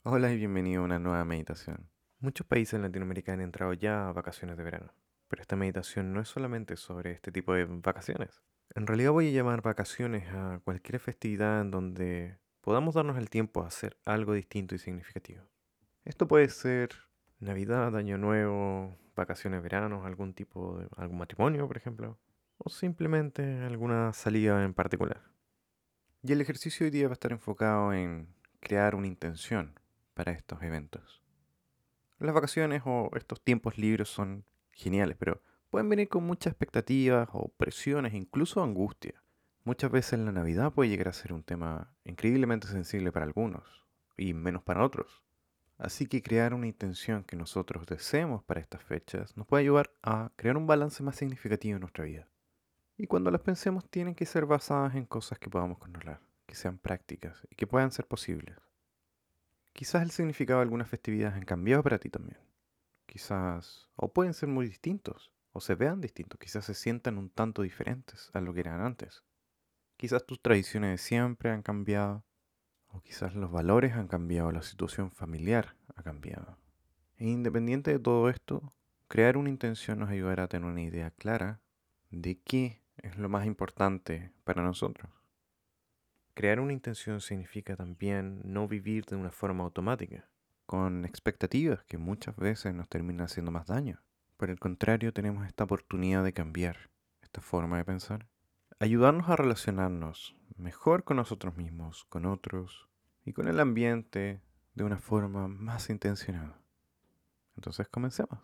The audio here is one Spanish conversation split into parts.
Hola y bienvenido a una nueva meditación. Muchos países en Latinoamérica han entrado ya a vacaciones de verano, pero esta meditación no es solamente sobre este tipo de vacaciones. En realidad voy a llamar vacaciones a cualquier festividad en donde podamos darnos el tiempo a hacer algo distinto y significativo. Esto puede ser Navidad, Año Nuevo, vacaciones de verano, algún matrimonio, por ejemplo, o simplemente alguna salida en particular. Y el ejercicio hoy día va a estar enfocado en crear una intención para estos eventos. Las vacaciones o estos tiempos libres son geniales, pero pueden venir con muchas expectativas o presiones, incluso angustia. Muchas veces la Navidad puede llegar a ser un tema increíblemente sensible para algunos y menos para otros. Así que crear una intención que nosotros deseemos para estas fechas nos puede ayudar a crear un balance más significativo en nuestra vida. Y cuando las pensemos tienen que ser basadas en cosas que podamos controlar, que sean prácticas y que puedan ser posibles. Quizás el significado de algunas festividades han cambiado para ti también. Quizás, o pueden ser muy distintos, o se vean distintos, quizás se sientan un tanto diferentes a lo que eran antes. Quizás tus tradiciones de siempre han cambiado, o quizás los valores han cambiado, la situación familiar ha cambiado. E independiente de todo esto, crear una intención nos ayudará a tener una idea clara de qué es lo más importante para nosotros. Crear una intención significa también no vivir de una forma automática, con expectativas que muchas veces nos terminan haciendo más daño. Por el contrario, tenemos esta oportunidad de cambiar esta forma de pensar, ayudarnos a relacionarnos mejor con nosotros mismos, con otros y con el ambiente de una forma más intencionada. Entonces comencemos.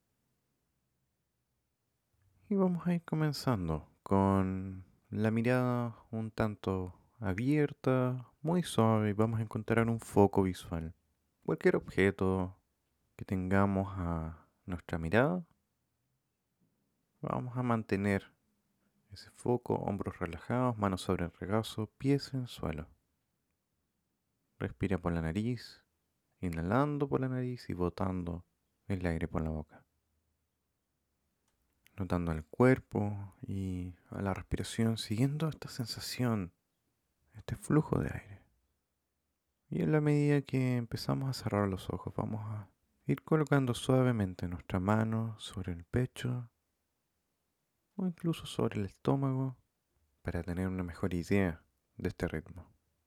Y vamos a ir comenzando con la mirada un tanto abierta, muy suave, y vamos a encontrar un foco visual. Cualquier objeto que tengamos a nuestra mirada, vamos a mantener ese foco, hombros relajados, manos sobre el regazo, pies en el suelo. Respira por la nariz, inhalando por la nariz y botando el aire por la boca. Notando el cuerpo y a la respiración, siguiendo esta sensación, este flujo de aire. Y en la medida que empezamos a cerrar los ojos, vamos a ir colocando suavemente nuestra mano sobre el pecho o incluso sobre el estómago para tener una mejor idea de este ritmo.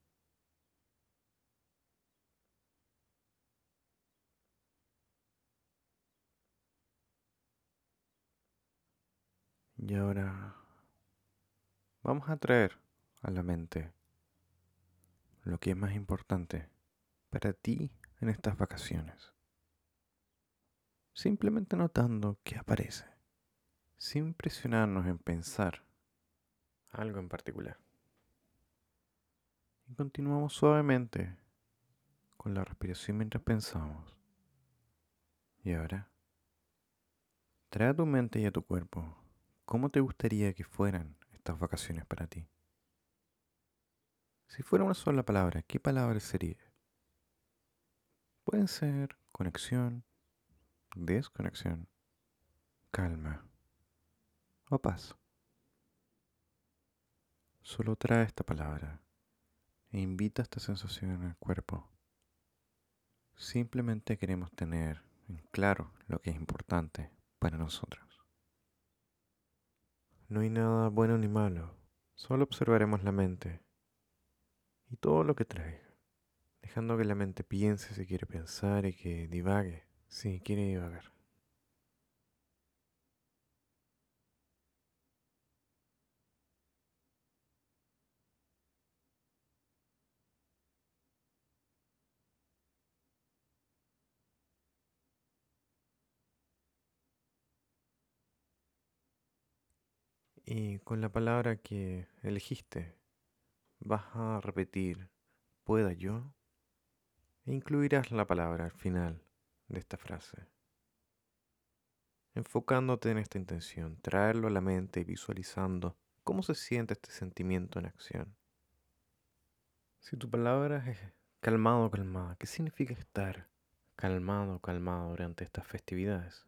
Y ahora vamos a traer a la mente lo que es más importante para ti en estas vacaciones. Simplemente notando qué aparece, sin presionarnos en pensar algo en particular. Y continuamos suavemente con la respiración mientras pensamos. Y ahora, trae a tu mente y a tu cuerpo cómo te gustaría que fueran estas vacaciones para ti. Si fuera una sola palabra, ¿qué palabra sería? Pueden ser conexión, desconexión, calma o paz. Solo trae esta palabra e invita esta sensación en el cuerpo. Simplemente queremos tener en claro lo que es importante para nosotros. No hay nada bueno ni malo, solo observaremos la mente y todo lo que trae, dejando que la mente piense si quiere pensar y que divague si quiere divagar. Y con la palabra que elegiste, vas a repetir pueda yo e incluirás la palabra al final de esta frase, enfocándote en esta intención, traerlo a la mente y visualizando cómo se siente este sentimiento en acción. Si tu palabra es calmado o calmada, ¿qué significa estar calmado o calmado durante estas festividades?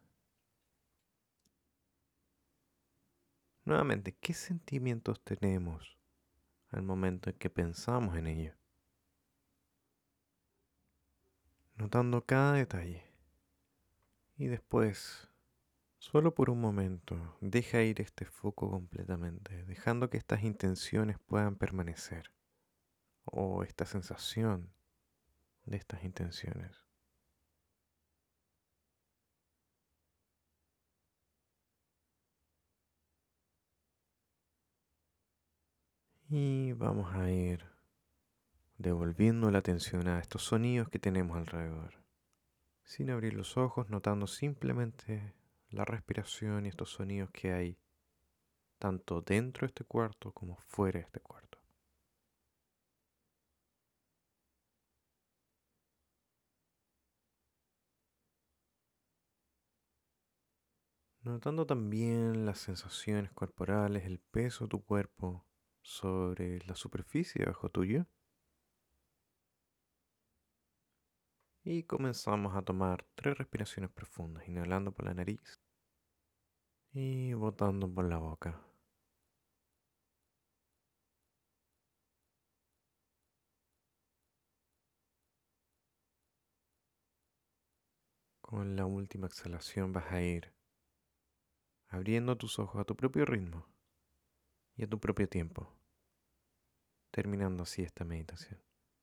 Nuevamente, ¿qué sentimientos tenemos al momento en que pensamos en ello? notando cada detalle. Y después, solo por un momento, deja ir este foco completamente, dejando que estas intenciones puedan permanecer, o esta sensación de estas intenciones. Y vamos a ir devolviendo la atención a estos sonidos que tenemos alrededor, sin abrir los ojos, notando simplemente la respiración y estos sonidos que hay tanto dentro de este cuarto como fuera de este cuarto. Notando también las sensaciones corporales, el peso de tu cuerpo sobre la superficie bajo tuyo. Y comenzamos a tomar 3 respiraciones profundas, inhalando por la nariz y botando por la boca. Con la última exhalación vas a ir abriendo tus ojos a tu propio ritmo y a tu propio tiempo, terminando así esta meditación.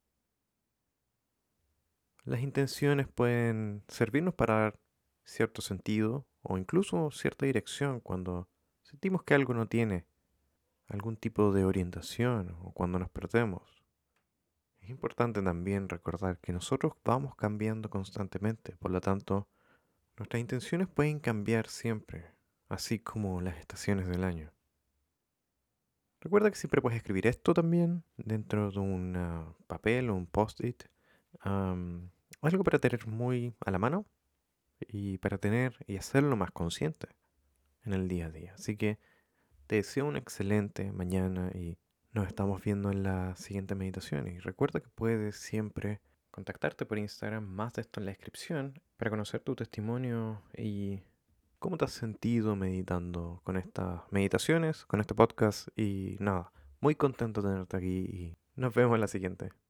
Las intenciones pueden servirnos para dar cierto sentido o incluso cierta dirección cuando sentimos que algo no tiene algún tipo de orientación o cuando nos perdemos. Es importante también recordar que nosotros vamos cambiando constantemente, por lo tanto, nuestras intenciones pueden cambiar siempre, así como las estaciones del año. Recuerda que siempre puedes escribir esto también dentro de un papel o un post-it. am, Algo para tener muy a la mano y para tener y hacerlo más consciente en el día a día. Así que te deseo una excelente mañana y nos estamos viendo en la siguiente meditación. Y recuerda que puedes siempre contactarte por Instagram, más de esto en la descripción, para conocer tu testimonio y cómo te has sentido meditando con estas meditaciones, con este podcast. Y nada, muy contento de tenerte aquí y nos vemos en la siguiente.